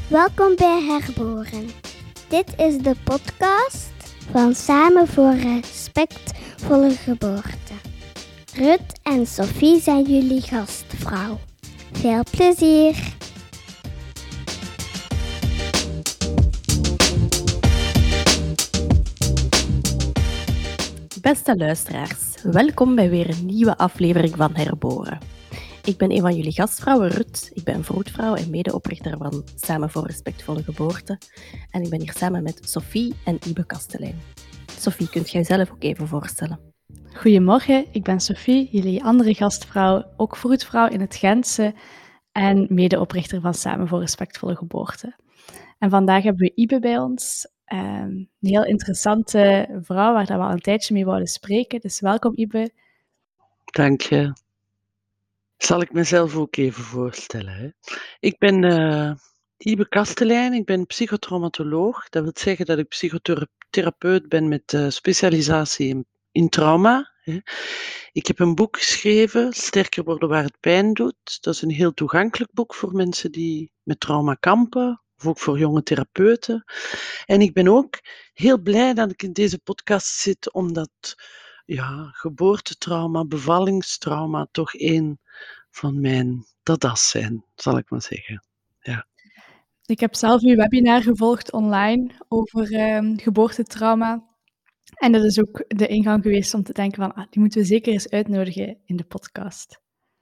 Welkom bij Herboren. Dit is de podcast van Samen voor Respectvolle Geboorte. Ruth en Sophie zijn jullie gastvrouw. Veel plezier! Beste luisteraars, welkom bij weer een nieuwe aflevering van Herboren. Ik ben een van jullie gastvrouwen, Ruth. Ik ben vroedvrouw en medeoprichter van Samen voor Respectvolle Geboorte. En ik ben hier samen met Sophie en Ibe Kastelein. Sophie, kunt jij jezelf ook even voorstellen? Goedemorgen, ik ben Sophie, jullie andere gastvrouw, ook vroedvrouw in het Gentse en medeoprichter van Samen voor Respectvolle Geboorte. En vandaag hebben we Ibe bij ons, een heel interessante vrouw waar we al een tijdje mee wouden spreken. Dus welkom Ibe. Dank je. Zal ik mezelf ook even voorstellen? Hè? Ik ben Ibe Kastelein, ik ben psychotraumatoloog. Dat wil zeggen dat ik psychotherapeut ben met specialisatie in trauma. Hè. Ik heb een boek geschreven, Sterker worden waar het pijn doet. Dat is een heel toegankelijk boek voor mensen die met trauma kampen, of ook voor jonge therapeuten. En ik ben ook heel blij dat ik in deze podcast zit, omdat geboortetrauma, bevallingstrauma toch een van mijn dadas zijn, zal ik maar zeggen. Ja. Ik heb zelf uw webinar gevolgd online over geboortetrauma. En dat is ook de ingang geweest om te denken van, die moeten we zeker eens uitnodigen in de podcast.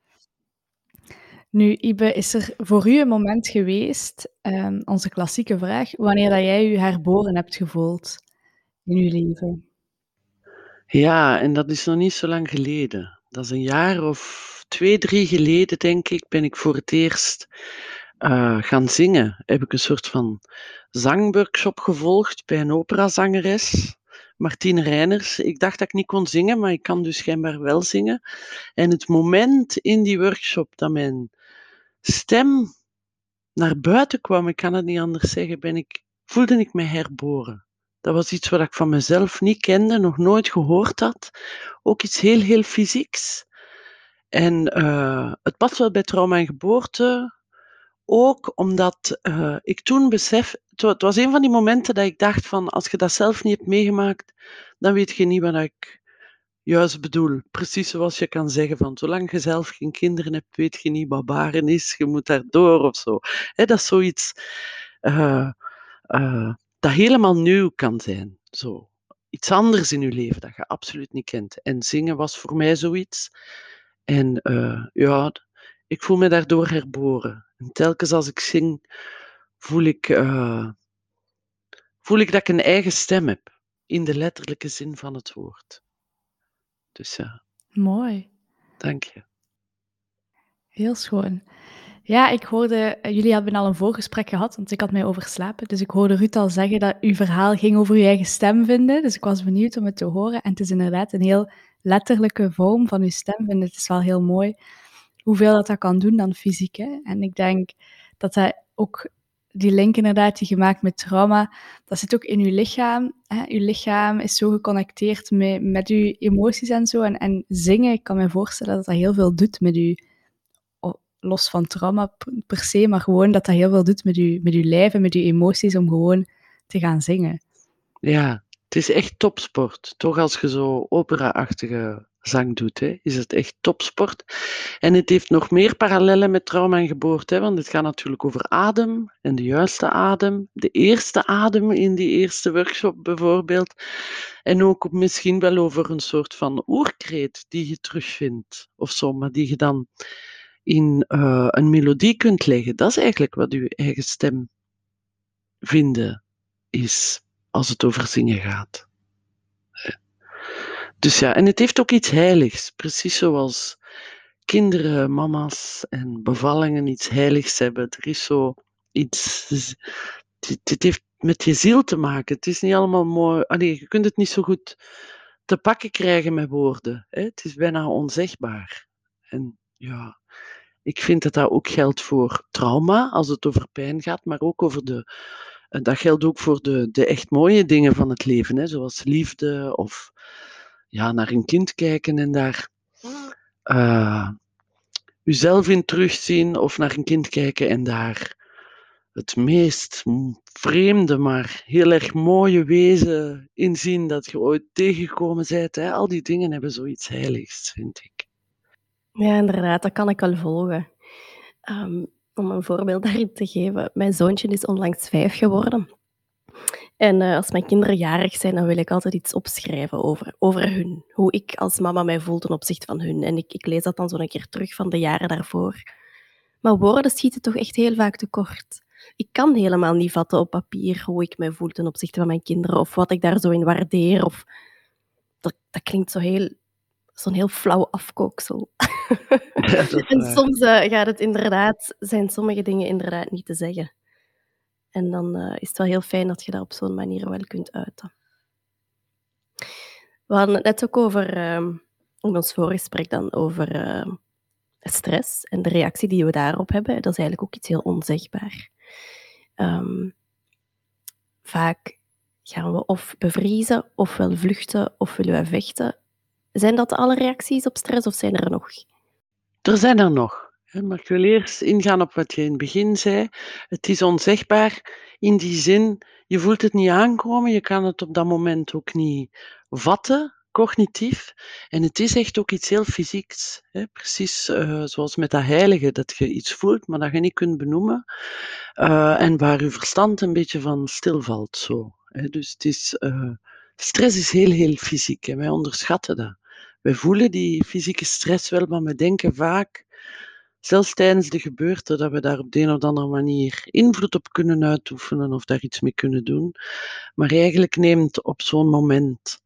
Nu, Ibe, is er voor u een moment geweest, onze klassieke vraag, wanneer dat jij je herboren hebt gevoeld in uw leven? Ja, en dat is nog niet zo lang geleden. Dat is een jaar of 2, 3 geleden, denk ik, ben ik voor het eerst gaan zingen. Heb ik een soort van zangworkshop gevolgd bij een operazangeres, Martine Reiners. Ik dacht dat ik niet kon zingen, maar ik kan dus schijnbaar wel zingen. En het moment in die workshop dat mijn stem naar buiten kwam, ik kan het niet anders zeggen, voelde ik me herboren. Dat was iets wat ik van mezelf niet kende, nog nooit gehoord had. Ook iets heel, heel fysieks. En het past wel bij trauma en geboorte. Ook omdat ik toen het was een van die momenten dat ik dacht van, als je dat zelf niet hebt meegemaakt, dan weet je niet wat ik juist bedoel. Precies zoals je kan zeggen van, zolang je zelf geen kinderen hebt, weet je niet wat baren is, je moet daardoor of zo. Dat is zoiets dat helemaal nieuw kan zijn. Zo. Iets anders in je leven dat je absoluut niet kent. En zingen was voor mij zoiets. En ik voel me daardoor herboren. En telkens als ik zing, voel ik dat ik een eigen stem heb. In de letterlijke zin van het woord. Dus ja. Mooi. Dank je. Heel schoon. Ja, ik hoorde, jullie hadden al een voorgesprek gehad, want ik had mij overslapen. Dus ik hoorde Ruth al zeggen dat uw verhaal ging over uw eigen stem vinden. Dus ik was benieuwd om het te horen. En het is inderdaad een heel letterlijke vorm van uw stem vinden. Het is wel heel mooi hoeveel dat kan doen dan fysiek. Hè? En ik denk dat ook die link inderdaad die gemaakt met trauma, dat zit ook in uw lichaam. Hè? Uw lichaam is zo geconnecteerd met uw emoties en zo. En zingen, ik kan me voorstellen dat dat heel veel doet met u. Los van trauma per se, maar gewoon dat heel veel doet met uw lijf en met uw emoties om gewoon te gaan zingen. Ja, het is echt topsport. Toch als je zo opera-achtige zang doet, hè, is het echt topsport. En het heeft nog meer parallellen met trauma en geboorte, hè, want het gaat natuurlijk over adem en de juiste adem, de eerste adem in die eerste workshop bijvoorbeeld. En ook misschien wel over een soort van oerkreet die je terugvindt, of zo, maar die je dan in een melodie kunt leggen. Dat is eigenlijk wat je eigen stem vinden is, als het over zingen gaat. Dus ja, en het heeft ook iets heiligs, precies zoals kinderen, mama's en bevallingen iets heiligs hebben. Er is zo iets, het heeft met je ziel te maken. Het is niet allemaal mooi, je kunt het niet zo goed te pakken krijgen met woorden. Hè? Het is bijna onzegbaar. En ja, ik vind dat dat ook geldt voor trauma, als het over pijn gaat, maar ook over dat geldt ook voor de echt mooie dingen van het leven, hè, zoals liefde of naar een kind kijken en daar uzelf in terugzien, of naar een kind kijken en daar het meest vreemde, maar heel erg mooie wezen inzien dat je ooit tegengekomen bent. Hè. Al die dingen hebben zoiets heiligs, vind ik. Ja, inderdaad, dat kan ik wel volgen. Om een voorbeeld daarin te geven. Mijn zoontje is onlangs 5 geworden. En als mijn kinderen jarig zijn, dan wil ik altijd iets opschrijven over hun. Hoe ik als mama mij voel ten opzichte van hun. En ik lees dat dan zo een keer terug van de jaren daarvoor. Maar woorden schieten toch echt heel vaak tekort. Ik kan helemaal niet vatten op papier hoe ik mij voel ten opzichte van mijn kinderen. Of wat ik daar zo in waardeer. Of dat klinkt zo'n heel flauw afkooksel. Ja, dat is En waar. soms zijn sommige dingen inderdaad niet te zeggen. En dan is het wel heel fijn dat je dat op zo'n manier wel kunt uiten. We hadden het net ook over, in ons voorgesprek dan, over stress en de reactie die we daarop hebben. Dat is eigenlijk ook iets heel onzegbaar. Vaak gaan we of bevriezen, ofwel vluchten, of willen we vechten. Zijn dat alle reacties op stress of zijn er nog? Er zijn er nog. Maar ik wil eerst ingaan op wat je in het begin zei. Het is onzegbaar in die zin, je voelt het niet aankomen, je kan het op dat moment ook niet vatten, cognitief. En het is echt ook iets heel fysieks. Precies zoals met dat heilige, dat je iets voelt, maar dat je niet kunt benoemen. En waar je verstand een beetje van stilvalt. Zo. Dus het is, stress is heel, heel fysiek en wij onderschatten dat. Wij voelen die fysieke stress wel, maar we denken vaak, zelfs tijdens de gebeurte, dat we daar op de een of andere manier invloed op kunnen uitoefenen of daar iets mee kunnen doen. Maar eigenlijk neemt op zo'n moment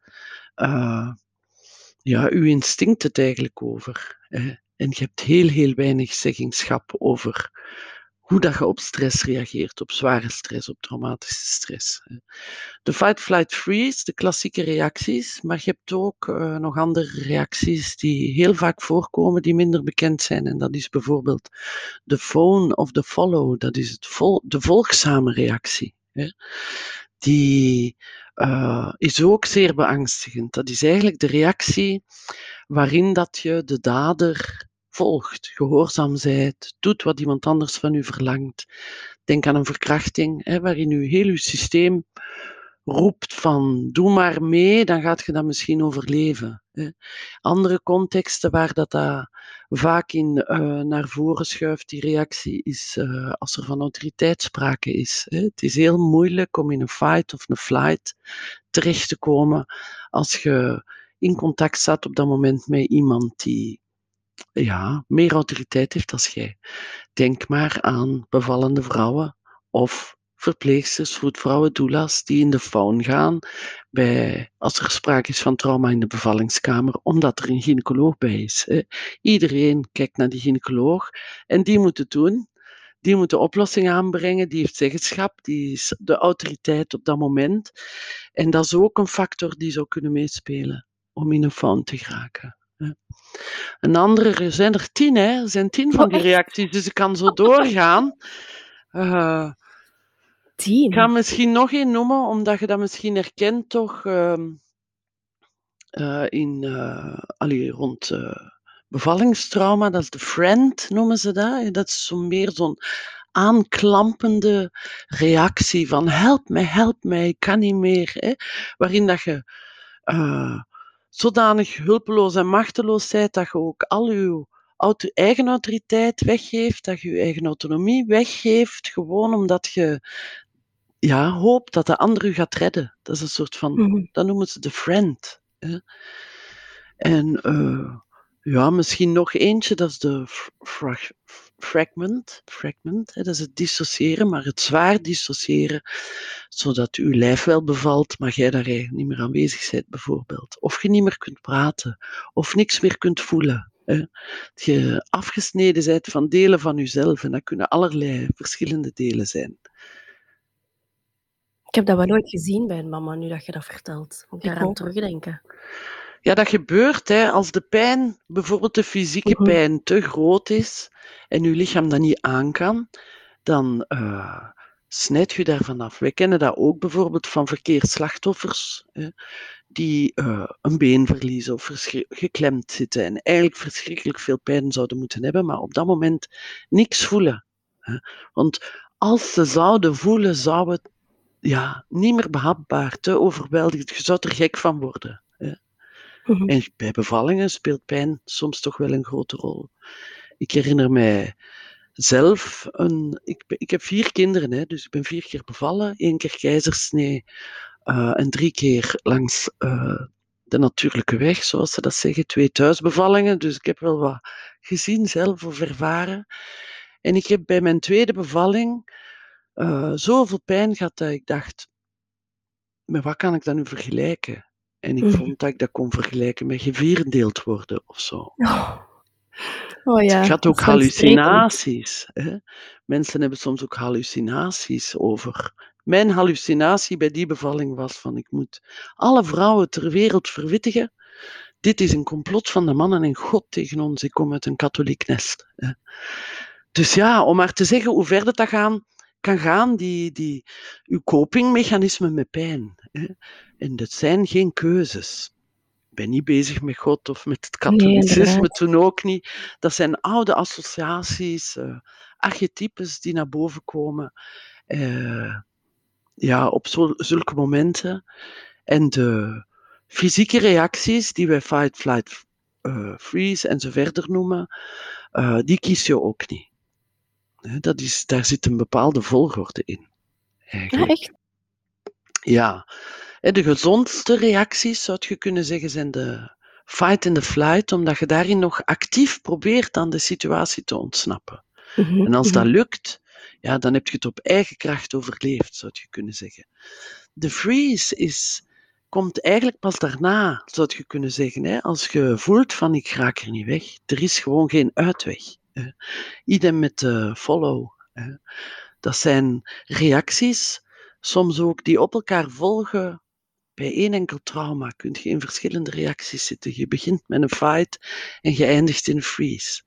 uw instinct het eigenlijk over. En je hebt heel, heel weinig zeggingschap over hoe dat je op stress reageert, op zware stress, op traumatische stress. De fight, flight, freeze, de klassieke reacties, maar je hebt ook nog andere reacties die heel vaak voorkomen, die minder bekend zijn. En dat is bijvoorbeeld de phone of de follow, dat is de volgzame reactie. Die is ook zeer beangstigend. Dat is eigenlijk de reactie waarin dat je de dader volgt, gehoorzaam zijt, doet wat iemand anders van u verlangt. Denk aan een verkrachting, waarin u heel uw systeem roept van doe maar mee, dan gaat je dat misschien overleven. Andere contexten waar dat vaak in naar voren schuift, die reactie, is als er van autoriteit sprake is. Het is heel moeilijk om in een fight of een flight terecht te komen als je in contact staat op dat moment met iemand die meer autoriteit heeft dan jij. Denk maar aan bevallende vrouwen of verpleegsters, voetvrouwen, doula's die in de faun gaan als er sprake is van trauma in de bevallingskamer, omdat er een gynaecoloog bij is. Iedereen kijkt naar die gynaecoloog en die moet het doen. Die moet de oplossing aanbrengen, die heeft zeggenschap, die is de autoriteit op dat moment. En dat is ook een factor die zou kunnen meespelen om in een faun te geraken. Een andere, er zijn er 10, hè? Er zijn 10 van die echt? reacties, dus ik kan zo doorgaan. 10? Ik ga misschien nog één noemen, omdat je dat misschien herkent toch rond bevallingstrauma. Dat is de friend, noemen ze dat. Dat is meer zo'n aanklampende reactie van help mij, ik kan niet meer. Hè? Waarin dat je zodanig hulpeloos en machteloos bent dat je ook al je eigen autoriteit weggeeft, dat je je eigen autonomie weggeeft, gewoon omdat je hoopt dat de ander u gaat redden. Dat is een soort van, dat noemen ze de friend. Hè. En misschien nog eentje, dat is de fragment. Hè, dat is het dissociëren, maar het zwaar dissociëren, zodat uw lijf wel bevalt, maar jij daar eigenlijk niet meer aanwezig bent, bijvoorbeeld. Of je niet meer kunt praten, of niks meer kunt voelen. Hè. Dat je afgesneden bent van delen van jezelf, en dat kunnen allerlei verschillende delen zijn. Ik heb dat wel nooit gezien bij een mama, nu dat je dat vertelt. Moet ik daaraan terugdenken. Ja, dat gebeurt als de pijn, bijvoorbeeld de fysieke pijn, te groot is en uw lichaam dat niet aan kan, dan snijd je daarvan af. Wij kennen dat ook bijvoorbeeld van verkeersslachtoffers, die een been verliezen of geklemd zitten en eigenlijk verschrikkelijk veel pijn zouden moeten hebben, maar op dat moment niks voelen. Want als ze zouden voelen, zou het niet meer behapbaar, te overweldigend. Je zou er gek van worden. Hè. En bij bevallingen speelt pijn soms toch wel een grote rol. Ik herinner mij zelf, ik heb 4 kinderen, hè, dus ik ben 4 keer bevallen, 1 keer keizersnee en 3 keer langs de natuurlijke weg, zoals ze dat zeggen, 2 thuisbevallingen. Dus ik heb wel wat gezien zelf of ervaren. En ik heb bij mijn tweede bevalling zoveel pijn gehad dat ik dacht, met wat kan ik dat nu vergelijken? En ik vond dat ik dat kon vergelijken met gevierendeeld worden of zo. Oh ja, Ik had ook dat is wel sprekend. hallucinaties. Hè? Mensen hebben soms ook hallucinaties over. Mijn hallucinatie bij die bevalling was van ik moet alle vrouwen ter wereld verwittigen. Dit is een complot van de mannen en God tegen ons. Ik kom uit een katholiek nest. Hè? Dus ja, om maar te zeggen hoe ver dat kan gaan, uw copingmechanismen met pijn. Hè? En dat zijn geen keuzes. Ik ben niet bezig met God of met het katholicisme, inderdaad. toen ook niet. Dat zijn oude associaties, archetypes die naar boven komen op zulke momenten. En de fysieke reacties die wij fight, flight, freeze en zo verder noemen, die kies je ook niet. Daar zit een bepaalde volgorde in. Eigenlijk. Echt? Ja. De gezondste reacties, zou je kunnen zeggen, zijn de fight and the flight, omdat je daarin nog actief probeert aan de situatie te ontsnappen. En als dat lukt, dan heb je het op eigen kracht overleefd, zou je kunnen zeggen. De freeze komt eigenlijk pas daarna, zou je kunnen zeggen. Hè? Als je voelt van ik raak er niet weg, er is gewoon geen uitweg. Idem met de follow. Dat zijn reacties, soms ook die op elkaar volgen. Bij één enkel trauma kun je in verschillende reacties zitten. Je begint met een fight en je eindigt in een freeze.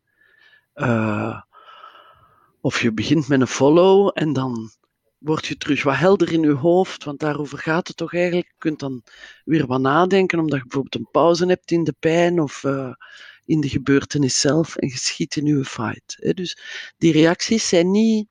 Of je begint met een follow en dan word je terug wat helder in je hoofd, want daarover gaat het toch eigenlijk. Je kunt dan weer wat nadenken, omdat je bijvoorbeeld een pauze hebt in de pijn of in de gebeurtenis zelf en je schiet in je fight. Dus die reacties zijn niet...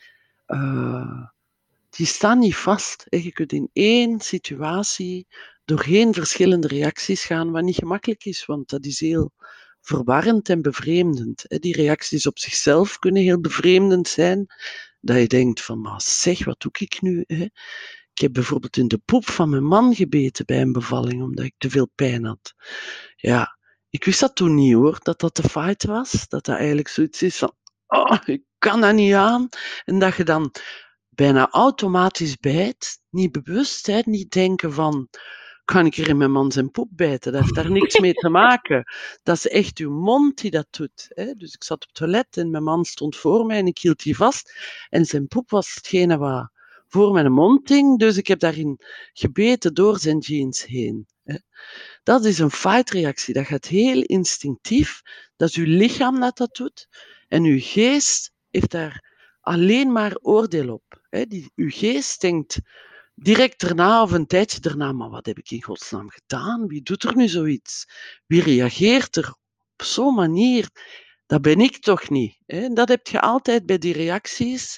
die staan niet vast. Je kunt in één situatie doorheen verschillende reacties gaan, wat niet gemakkelijk is, want dat is heel verwarrend en bevreemdend. Die reacties op zichzelf kunnen heel bevreemdend zijn, dat je denkt van, maar zeg, wat doe ik nu? Ik heb bijvoorbeeld in de poep van mijn man gebeten bij een bevalling, omdat ik te veel pijn had. Ja, ik wist dat toen niet hoor, dat dat de fight was, dat dat eigenlijk zoiets is van, oh, ik kan dat niet aan. En dat je dan bijna automatisch bijt, niet bewust, niet denken van, kan ik er in mijn man zijn poep bijten? Dat heeft daar niks mee te maken. Dat is echt uw mond die dat doet. Dus ik zat op het toilet en mijn man stond voor mij en ik hield die vast. En zijn poep was hetgene wat voor mijn mond hing, dus ik heb daarin gebeten door zijn jeans heen. Dat is een fight-reactie. Dat gaat heel instinctief. Dat is uw lichaam dat doet. En uw geest heeft daar alleen maar oordeel op. Uw geest denkt direct daarna of een tijdje daarna, maar wat heb ik in godsnaam gedaan? Wie doet er nu zoiets? Wie reageert er op zo'n manier? Dat ben ik toch niet. Dat heb je altijd bij die reacties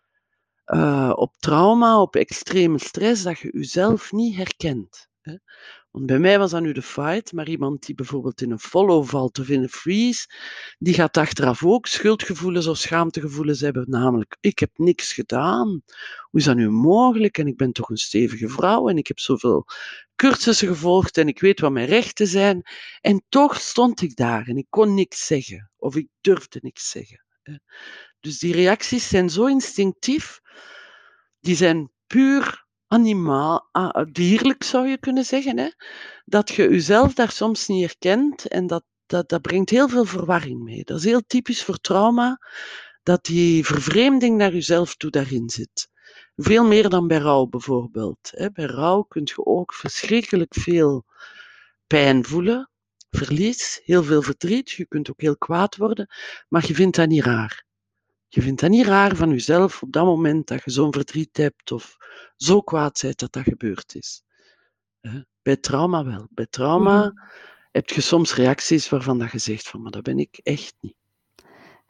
op trauma, op extreme stress, dat je jezelf niet herkent. Want bij mij was dat nu de fight, maar iemand die bijvoorbeeld in een follow valt of in een freeze, die gaat achteraf ook schuldgevoelens of schaamtegevoelens hebben, namelijk, ik heb niks gedaan. Hoe is dat nu mogelijk? En ik ben toch een stevige vrouw en ik heb zoveel cursussen gevolgd en ik weet wat mijn rechten zijn. En toch stond ik daar en ik kon niks zeggen of ik durfde niks zeggen. Dus die reacties zijn zo instinctief, die zijn puur animaal, dierlijk zou je kunnen zeggen, dat je jezelf daar soms niet herkent en dat brengt heel veel verwarring mee. Dat is heel typisch voor trauma, dat die vervreemding naar jezelf toe daarin zit. Veel meer dan bij rouw bijvoorbeeld. Bij rouw kun je ook verschrikkelijk veel pijn voelen, verlies, heel veel verdriet, je kunt ook heel kwaad worden, maar je vindt dat niet raar. Je vindt dat niet raar van jezelf op dat moment dat je zo'n verdriet hebt of zo kwaad bent dat dat gebeurd is. Bij trauma wel. Bij trauma heb je soms reacties waarvan dat je zegt van, maar dat ben ik echt niet.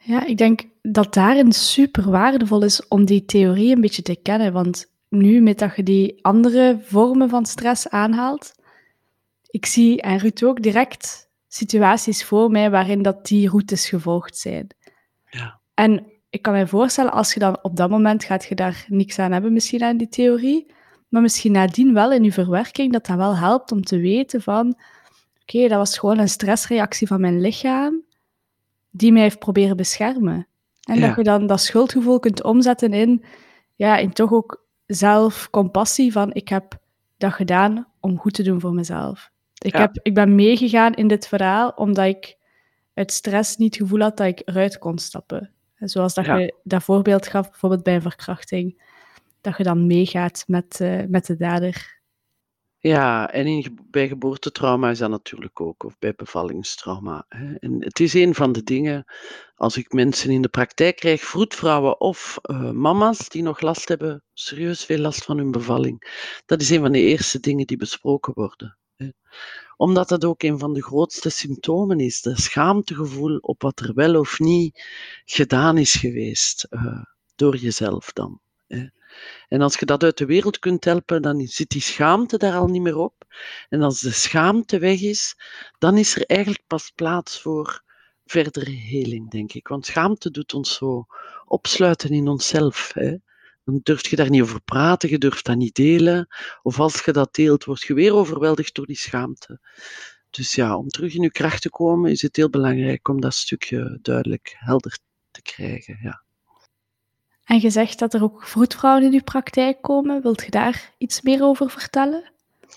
Ja, ik denk dat daarin super waardevol is om die theorie een beetje te kennen. Want nu, met dat je die andere vormen van stress aanhaalt, ik zie, en Ruud ook, direct situaties voor mij waarin dat die routes gevolgd zijn. Ja, En ik kan mij voorstellen, als je dan op dat moment gaat je daar niks aan hebben, misschien aan die theorie, maar misschien nadien wel in je verwerking, dat wel helpt om te weten van, oké, dat was gewoon een stressreactie van mijn lichaam die mij heeft proberen beschermen. En dat ja, je dan dat schuldgevoel kunt omzetten in toch ook zelfcompassie van, ik heb dat gedaan om goed te doen voor mezelf. ja, Ik ben meegegaan in dit verhaal omdat ik uit stress niet het gevoel had dat ik eruit kon stappen. En zoals dat ja. je dat voorbeeld gaf, bijvoorbeeld bij een verkrachting, dat je dan meegaat met de dader. Ja, en bij geboortetrauma is dat natuurlijk ook, of bij bevallingstrauma. Hè. En het is een van de dingen, als ik mensen in de praktijk krijg, vroedvrouwen of mama's die nog last hebben, serieus veel last van hun bevalling, dat is een van de eerste dingen die besproken worden. Hè. Omdat dat ook een van de grootste symptomen is, dat schaamtegevoel op wat er wel of niet gedaan is geweest door jezelf dan. Hè. En als je dat uit de wereld kunt helpen, dan zit die schaamte daar al niet meer op. En als de schaamte weg is, dan is er eigenlijk pas plaats voor verdere heling, denk ik. Want schaamte doet ons zo opsluiten in onszelf. Hè. Dan durf je daar niet over praten, je durft dat niet delen. Of als je dat deelt, word je weer overweldigd door die schaamte. Dus ja, om terug in je kracht te komen, is het heel belangrijk om dat stukje duidelijk helder te krijgen. Ja. En je zegt dat er ook vroedvrouwen in uw praktijk komen. Wilt je daar iets meer over vertellen?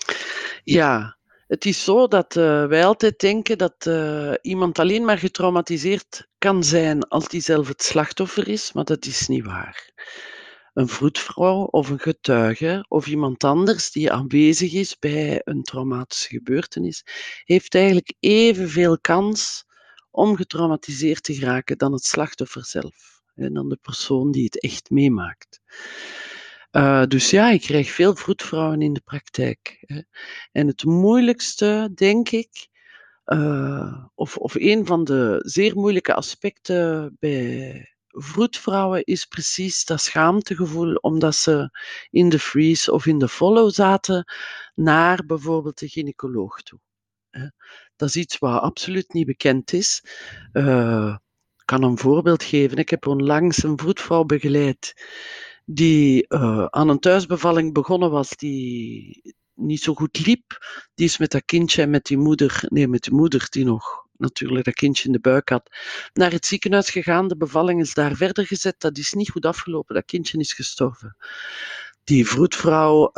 Ja, het is zo dat wij altijd denken dat iemand alleen maar getraumatiseerd kan zijn als die zelf het slachtoffer is, maar dat is niet waar. Een vroedvrouw of een getuige of iemand anders die aanwezig is bij een traumatische gebeurtenis, heeft eigenlijk evenveel kans om getraumatiseerd te geraken dan het slachtoffer zelf en dan de persoon die het echt meemaakt. Dus ja, ik krijg veel vroedvrouwen in de praktijk. Hè. En het moeilijkste, denk ik, of een van de zeer moeilijke aspecten bij vroedvrouwen is precies dat schaamtegevoel, omdat ze in de freeze of in de follow zaten naar bijvoorbeeld de gynaecoloog toe. Hè. Dat is iets wat absoluut niet bekend is. Ik kan een voorbeeld geven. Ik heb onlangs een vroedvrouw begeleid die aan een thuisbevalling begonnen was, die niet zo goed liep. Die is met dat kindje en met die moeder die nog natuurlijk dat kindje in de buik had, naar het ziekenhuis gegaan. De bevalling is daar verder gezet. Dat is niet goed afgelopen. Dat kindje is gestorven. Die vroedvrouw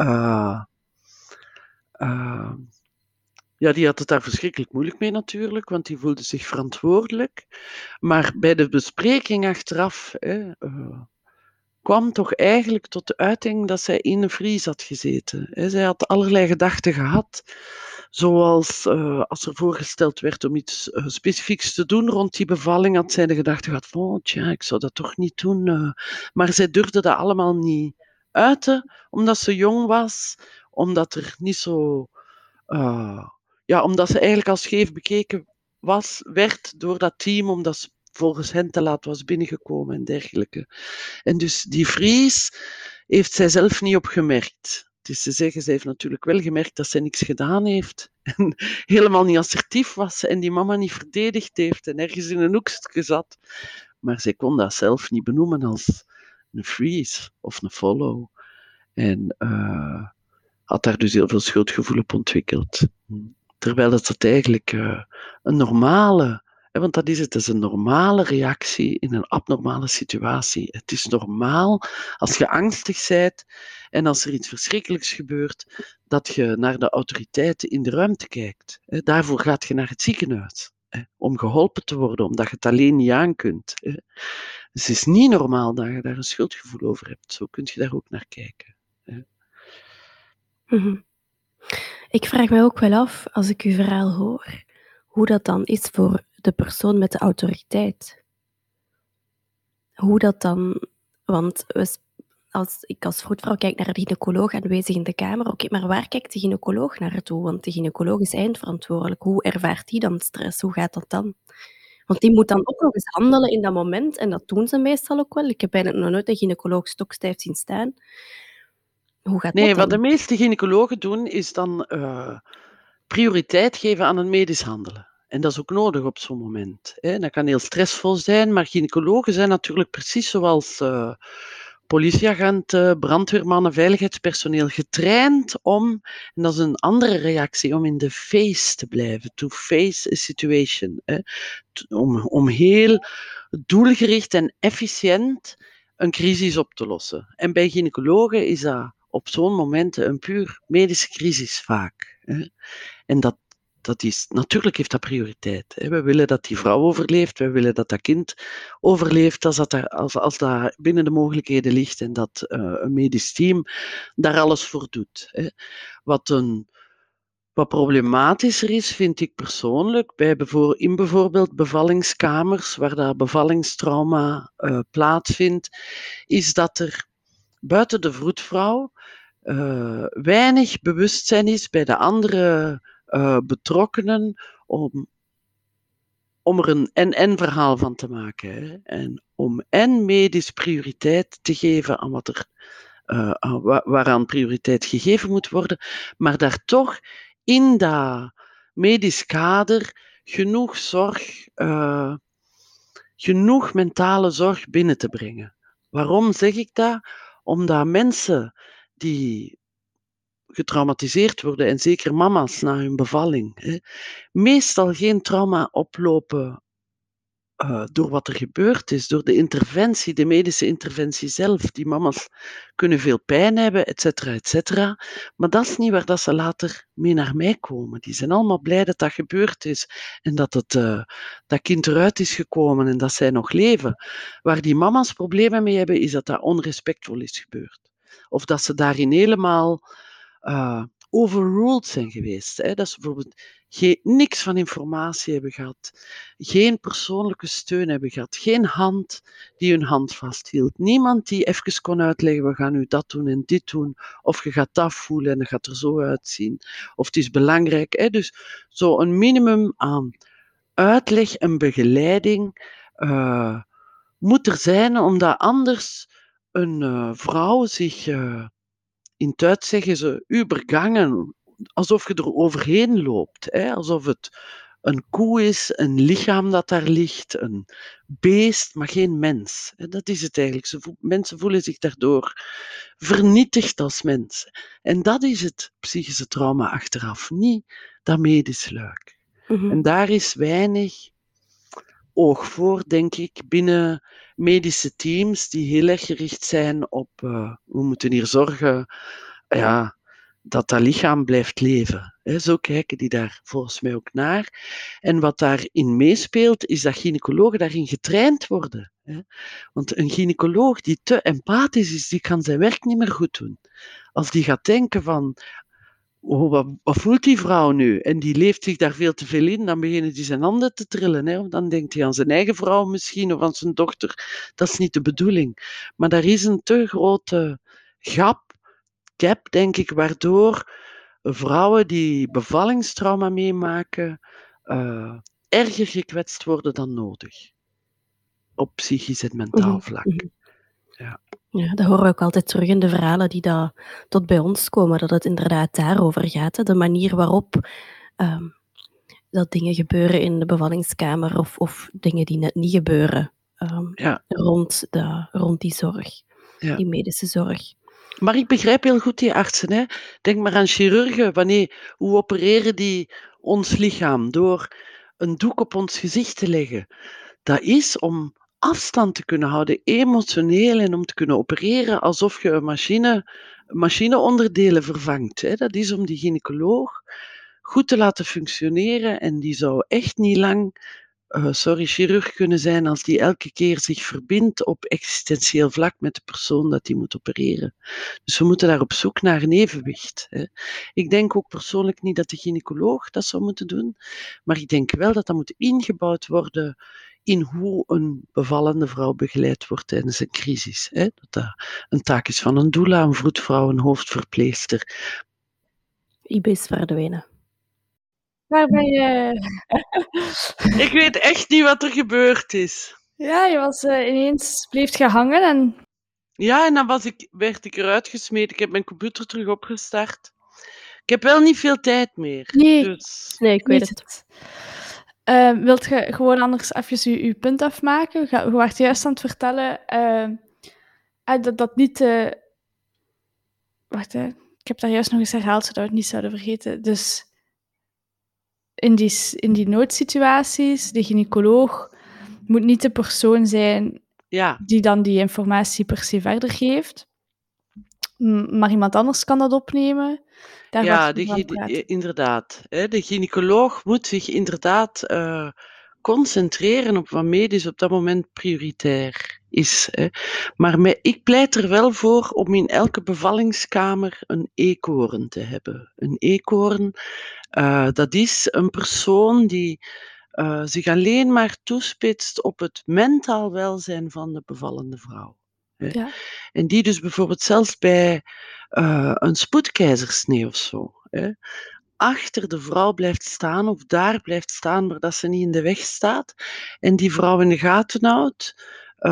ja, die had het daar verschrikkelijk moeilijk mee natuurlijk, want die voelde zich verantwoordelijk. Maar bij de bespreking achteraf kwam toch eigenlijk tot de uiting dat zij in een vries had gezeten. Zij had allerlei gedachten gehad, zoals als er voorgesteld werd om iets specifieks te doen rond die bevalling, had zij de gedachte gehad van, oh, tja, ik zou dat toch niet doen. Maar zij durfde dat allemaal niet uiten, omdat ze jong was, omdat er niet zo... omdat ze eigenlijk als scheef bekeken werd door dat team, omdat ze volgens hen te laat was binnengekomen en dergelijke. En dus die vries heeft zij zelf niet opgemerkt. Het is te zeggen, ze heeft natuurlijk wel gemerkt dat zij niks gedaan heeft en helemaal niet assertief was en die mama niet verdedigd heeft en ergens in een hoekje zat. Maar zij kon dat zelf niet benoemen als een freeze of een follow. En had daar dus heel veel schuldgevoel op ontwikkeld. Terwijl dat eigenlijk een normale, want dat is het is een normale reactie in een abnormale situatie. Het is normaal als je angstig bent en als er iets verschrikkelijks gebeurt, dat je naar de autoriteiten in de ruimte kijkt. Daarvoor gaat je naar het ziekenhuis, om geholpen te worden, omdat je het alleen niet aan kunt. Dus het is niet normaal dat je daar een schuldgevoel over hebt. Zo kun je daar ook naar kijken. Mm-hmm. Ik vraag me ook wel af, als ik uw verhaal hoor, hoe dat dan is voor de persoon met de autoriteit. Hoe dat dan... Want als ik als vroedvrouw kijk naar de gynaecoloog aanwezig in de kamer, oké, maar waar kijkt de gynaecoloog naartoe? Want de gynaecoloog is eindverantwoordelijk. Hoe ervaart die dan stress? Hoe gaat dat dan? Want die moet dan ook nog eens handelen in dat moment. En dat doen ze meestal ook wel. Ik heb eigenlijk nog nooit een gynaecoloog stokstijf zien staan. Hoe gaat Nee, dat wat de dan? meeste gynaecologen doen, is dan prioriteit geven aan een medisch handelen. En dat is ook nodig op zo'n moment. Hè. Dat kan heel stressvol zijn, maar gynaecologen zijn natuurlijk precies zoals politieagenten, brandweermannen, veiligheidspersoneel getraind om, en dat is een andere reactie, om in de face te blijven, to face a situation. Hè. Om heel doelgericht en efficiënt een crisis op te lossen. En bij gynaecologen is dat op zo'n moment een puur medische crisis vaak. Hè. En natuurlijk heeft dat prioriteit. Hè. We willen dat die vrouw overleeft, we willen dat dat kind overleeft als dat binnen de mogelijkheden ligt en dat een medisch team daar alles voor doet. Hè. Wat problematischer is, vind ik persoonlijk, in bijvoorbeeld bevallingskamers, waar dat bevallingstrauma plaatsvindt, is dat er buiten de vroedvrouw weinig bewustzijn is bij de andere betrokkenen om er een en-en verhaal van te maken. Hè. En om medisch prioriteit te geven aan waaraan prioriteit gegeven moet worden, maar daar toch in dat medisch kader genoeg zorg, genoeg mentale zorg binnen te brengen. Waarom zeg ik dat? Omdat mensen die getraumatiseerd worden, en zeker mama's na hun bevalling, meestal geen trauma oplopen door wat er gebeurd is, door de interventie, de medische interventie zelf. Die mama's kunnen veel pijn hebben, et cetera, maar dat is niet waar dat ze later mee naar mij komen. Die zijn allemaal blij dat dat gebeurd is en dat dat kind eruit is gekomen en dat zij nog leven. Waar die mama's problemen mee hebben, is dat dat onrespectvol is gebeurd. Of dat ze daarin helemaal overruled zijn geweest. Hè? Dat ze bijvoorbeeld niks van informatie hebben gehad, geen persoonlijke steun hebben gehad, geen hand die hun hand vasthield, niemand die even kon uitleggen, we gaan nu dat doen en dit doen, of je gaat dat voelen en dat gaat er zo uitzien, of het is belangrijk. Hè? Dus zo een minimum aan uitleg en begeleiding moet er zijn, omdat anders een vrouw zich in Duits zeggen ze übergangen, alsof je er overheen loopt. Hè? Alsof het een koe is, een lichaam dat daar ligt, een beest, maar geen mens. En dat is het eigenlijk. Mensen voelen zich daardoor vernietigd als mens. En dat is het psychische trauma achteraf, niet dat medisch luik. En daar is weinig oog voor, denk ik, binnen medische teams die heel erg gericht zijn op we moeten hier zorgen dat dat lichaam blijft leven. Zo kijken die daar volgens mij ook naar. En wat daarin meespeelt, is dat gynaecologen daarin getraind worden. Want een gynaecoloog die te empathisch is, die kan zijn werk niet meer goed doen. Als die gaat denken van wat voelt die vrouw nu? En die leeft zich daar veel te veel in, dan beginnen die zijn handen te trillen. Hè? Dan denkt hij aan zijn eigen vrouw misschien, of aan zijn dochter. Dat is niet de bedoeling. Maar daar is een te grote gap, denk ik, waardoor vrouwen die bevallingstrauma meemaken, erger gekwetst worden dan nodig. Op psychisch en mentaal vlak. Ja. Ja, dat horen we ook altijd terug in de verhalen die tot bij ons komen, dat het inderdaad daarover gaat. Hè? De manier waarop dat dingen gebeuren in de bevallingskamer of dingen die net niet gebeuren rond die zorg, die medische zorg. Maar ik begrijp heel goed die artsen. Hè. Denk maar aan chirurgen. Hoe opereren die ons lichaam? Door een doek op ons gezicht te leggen. Dat is om afstand te kunnen houden, emotioneel, en om te kunnen opereren alsof je een machineonderdelen vervangt. Hè. Dat is om die gynaecoloog goed te laten functioneren en die zou echt niet lang chirurg kunnen zijn als die elke keer zich verbindt op existentieel vlak met de persoon dat die moet opereren. Dus we moeten daar op zoek naar een evenwicht. Hè. Ik denk ook persoonlijk niet dat de gynaecoloog dat zou moeten doen, maar ik denk wel dat dat moet ingebouwd worden in hoe een bevallende vrouw begeleid wordt tijdens een crisis. Hè. Dat een taak is van een doula, een vroedvrouw, een hoofdverpleegster. IB is verdwenen. Waar ben je? Ik weet echt niet wat er gebeurd is. Ja, je was ineens bleef je hangen en Ja, en dan werd ik eruit gesmeten. Ik heb mijn computer terug opgestart. Ik heb wel niet veel tijd meer. nee, Dus Nee, ik weet weet het. het. Wilt je gewoon anders even je punt afmaken? Je was juist aan het vertellen dat niet... wacht, hè. Ik heb daar juist nog eens herhaald, zodat we het niet zouden vergeten. Dus in die noodsituaties, de gynaecoloog moet niet de persoon zijn ja, die dan die informatie per se verder geeft. Maar iemand anders kan dat opnemen. Daar was ja, je van praten. inderdaad. Hè, de gynaecoloog moet zich inderdaad concentreren op wat medisch op dat moment prioritair is. Hè. Maar ik pleit er wel voor om in elke bevallingskamer een eekhoorn te hebben. Een eekhoorn, dat is een persoon die zich alleen maar toespitst op het mentaal welzijn van de bevallende vrouw. Hè. Ja. En die dus bijvoorbeeld zelfs bij een spoedkeizersnee of zo, hè, achter de vrouw blijft staan of daar blijft staan, maar dat ze niet in de weg staat en die vrouw in de gaten houdt,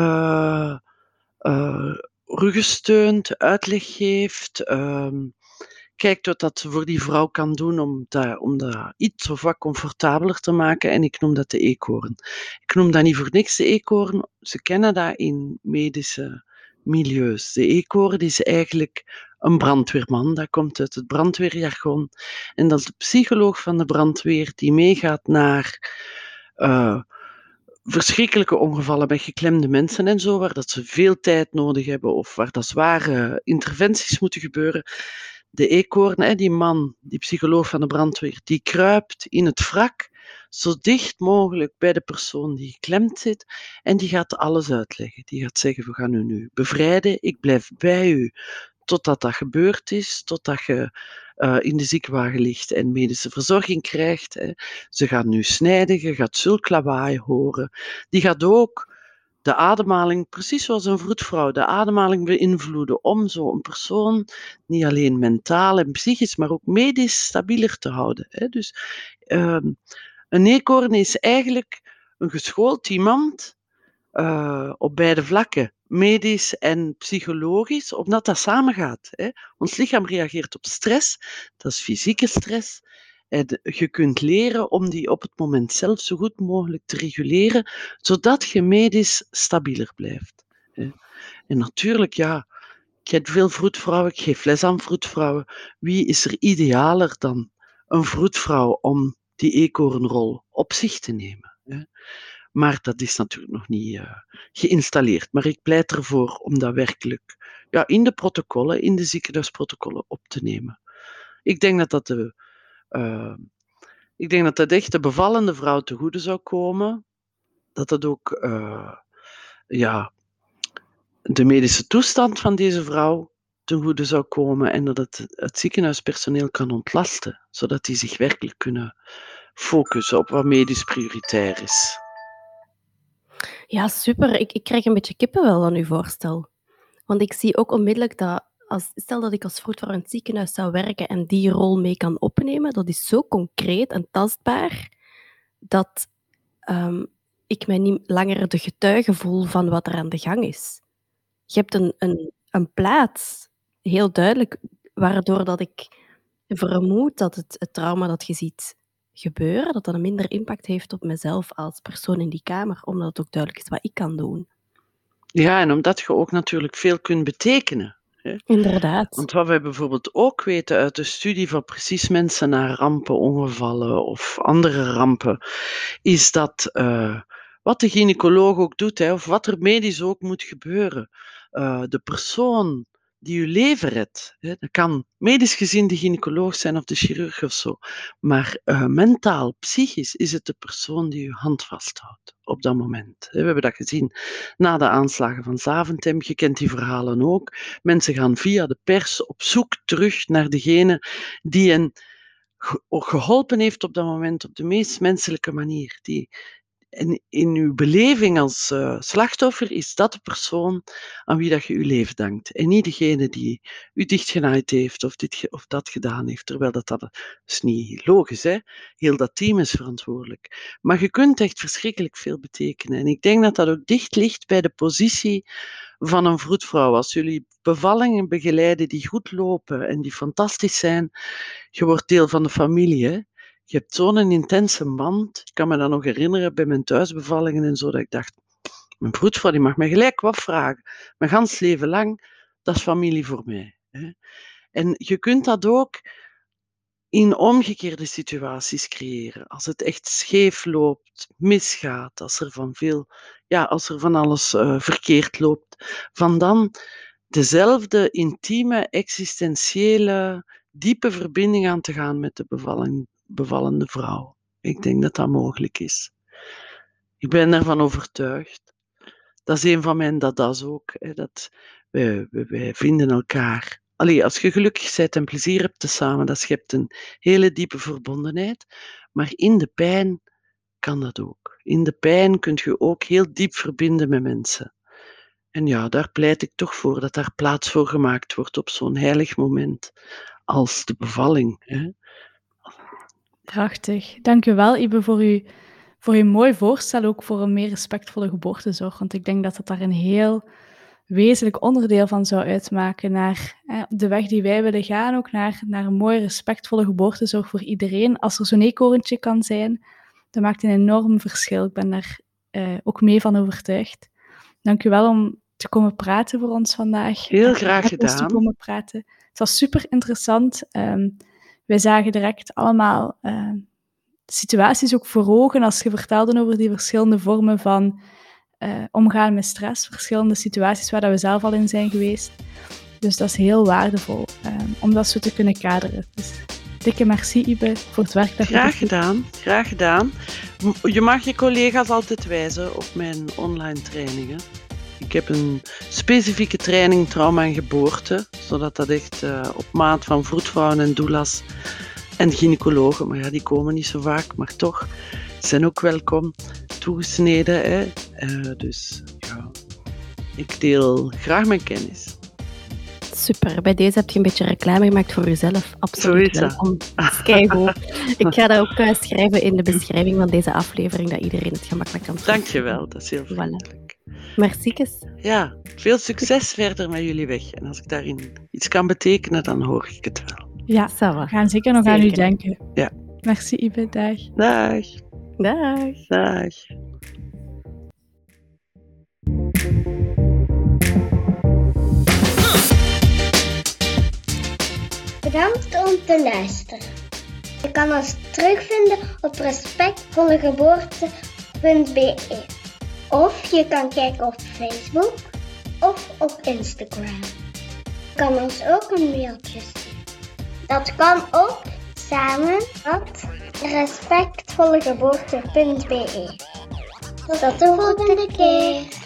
ruggen steunt, uitleg geeft, kijkt wat dat voor die vrouw kan doen om dat iets of wat comfortabeler te maken. En ik noem dat de eekhoorn. Ik noem dat niet voor niks de eekhoorn. Ze kennen dat in medische milieus. De eekhoorn is eigenlijk een brandweerman. Dat komt uit het brandweerjargon. En dat is de psycholoog van de brandweer die meegaat naar verschrikkelijke ongevallen met geklemde mensen en zo, waar dat ze veel tijd nodig hebben of waar dat zware interventies moeten gebeuren. De eekhoorn, die man, die psycholoog van de brandweer, die kruipt in het wrak zo dicht mogelijk bij de persoon die geklemd zit en die gaat alles uitleggen. Die gaat zeggen, we gaan u nu bevrijden, ik blijf bij u totdat dat gebeurd is, totdat je in de ziekenwagen ligt en medische verzorging krijgt. Hè. Ze gaan nu snijden, je gaat zulk lawaai horen. Die gaat ook de ademhaling, precies zoals een vroedvrouw, de ademhaling beïnvloeden om zo'n persoon niet alleen mentaal en psychisch, maar ook medisch stabieler te houden. Hè. Dus een eekhoorn is eigenlijk een geschoold iemand op beide vlakken, medisch en psychologisch, omdat dat samengaat. Hè. Ons lichaam reageert op stress, dat is fysieke stress. En je kunt leren om die op het moment zelf zo goed mogelijk te reguleren, zodat je medisch stabieler blijft. Hè. En natuurlijk, ja, ik heb veel vroedvrouwen, ik geef les aan vroedvrouwen. Wie is er idealer dan een vroedvrouw om die eekhoornrol op zich te nemen? Hè? Maar dat is natuurlijk nog niet geïnstalleerd. Maar ik pleit ervoor om dat werkelijk in de protocollen, in de ziekenhuisprotocollen op te nemen. Ik denk dat dat echt de bevallende vrouw te goede zou komen. Dat dat ook de medische toestand van deze vrouw ten goede zou komen en dat het ziekenhuispersoneel kan ontlasten, zodat die zich werkelijk kunnen focussen op wat medisch prioritair is. Ja, super. Ik krijg een beetje kippenvel aan uw voorstel. Want ik zie ook onmiddellijk dat, stel dat ik als vroedvrouw in het ziekenhuis zou werken en die rol mee kan opnemen, dat is zo concreet en tastbaar, dat ik mij niet langer de getuige voel van wat er aan de gang is. Je hebt een plaats, heel duidelijk, waardoor dat ik vermoed dat het trauma dat je ziet gebeuren, dat een minder impact heeft op mezelf als persoon in die kamer, omdat het ook duidelijk is wat ik kan doen. Ja, en omdat je ook natuurlijk veel kunt betekenen. Hè? Inderdaad. Want wat wij bijvoorbeeld ook weten uit de studie van precies mensen na rampen, ongevallen of andere rampen, is dat wat de gynaecoloog ook doet, of wat er medisch ook moet gebeuren, de persoon die je leven redt, dat kan medisch gezien de gynaecoloog zijn of de chirurg of zo, maar mentaal, psychisch is het de persoon die je hand vasthoudt op dat moment. We hebben dat gezien na de aanslagen van Zaventem, je kent die verhalen ook. Mensen gaan via de pers op zoek terug naar degene die hen geholpen heeft op dat moment op de meest menselijke manier. En in uw beleving als slachtoffer is dat de persoon aan wie dat je je leven dankt. En niet degene die u dichtgenaaid heeft of dat gedaan heeft. Terwijl dat is niet logisch, hè. Heel dat team is verantwoordelijk. Maar je kunt echt verschrikkelijk veel betekenen. En ik denk dat dat ook dicht ligt bij de positie van een vroedvrouw. Als jullie bevallingen begeleiden die goed lopen en die fantastisch zijn, je wordt deel van de familie, hè. Je hebt zo'n intense band. Ik kan me dat nog herinneren bij mijn thuisbevallingen en zo, dat ik dacht, mijn vroedvrouw die mag me gelijk wat vragen. Mijn gans leven lang, dat is familie voor mij. Hè. En je kunt dat ook in omgekeerde situaties creëren. Als het echt scheef loopt, misgaat, als er van alles verkeerd loopt, van dan dezelfde intieme, existentiële, diepe verbinding aan te gaan met de bevallende vrouw. Ik denk dat dat mogelijk is. Ik ben ervan overtuigd. Dat is een van mijn dada's ook. Hè, dat wij vinden elkaar. Allee, als je gelukkig bent en plezier hebt tezamen, dat schept een hele diepe verbondenheid. Maar in de pijn kan dat ook. In de pijn kun je ook heel diep verbinden met mensen. En ja, daar pleit ik toch voor dat daar plaats voor gemaakt wordt op zo'n heilig moment als de bevalling. Hè. Prachtig. Dank u wel, Ibe, voor uw mooi voorstel, ook voor een meer respectvolle geboortezorg. Want ik denk dat dat daar een heel wezenlijk onderdeel van zou uitmaken naar de weg die wij willen gaan, ook naar een mooi respectvolle geboortezorg voor iedereen. Als er zo'n eekhoorntje kan zijn, dat maakt een enorm verschil. Ik ben daar ook mee van overtuigd. Dank u wel om te komen praten voor ons vandaag. Heel graag met ons te gedaan. komen praten. Het was super interessant. Wij zagen direct allemaal situaties ook voor ogen als je vertelde over die verschillende vormen van omgaan met stress, verschillende situaties waar dat we zelf al in zijn geweest. Dus dat is heel waardevol om dat zo te kunnen kaderen. Dus dikke merci, Ibe, voor het werk dat je Graag gedaan, graag gedaan. Je mag je collega's altijd wijzen op mijn online trainingen. Ik heb een specifieke training trauma en geboorte, zodat dat echt op maat van vroedvrouwen en doulas en gynaecologen, maar ja, die komen niet zo vaak, maar toch, zijn ook welkom, toegesneden. Hè? Dus ja, ik deel graag mijn kennis. Super, bij deze heb je een beetje reclame gemaakt voor jezelf. Absoluut welkom. Keigoed. Ik ga dat ook schrijven in de beschrijving van deze aflevering, dat iedereen het gemakkelijk kan vinden. Dankjewel, dat is heel vriendelijk. Merci. Ja, veel succes verder met jullie weg. En als ik daarin iets kan betekenen, dan hoor ik het wel. Ja, we gaan zeker nog aan u denken. Ja. Merci, Ibe. Dag. Dag. Dag. Dag. Bedankt om te luisteren. Je kan ons terugvinden op respectvollegeboorte.be. Of je kan kijken op Facebook of op Instagram. Je kan ons ook een mailtje sturen. Dat kan op samen@respectvollegeboorte.be. Tot de volgende keer.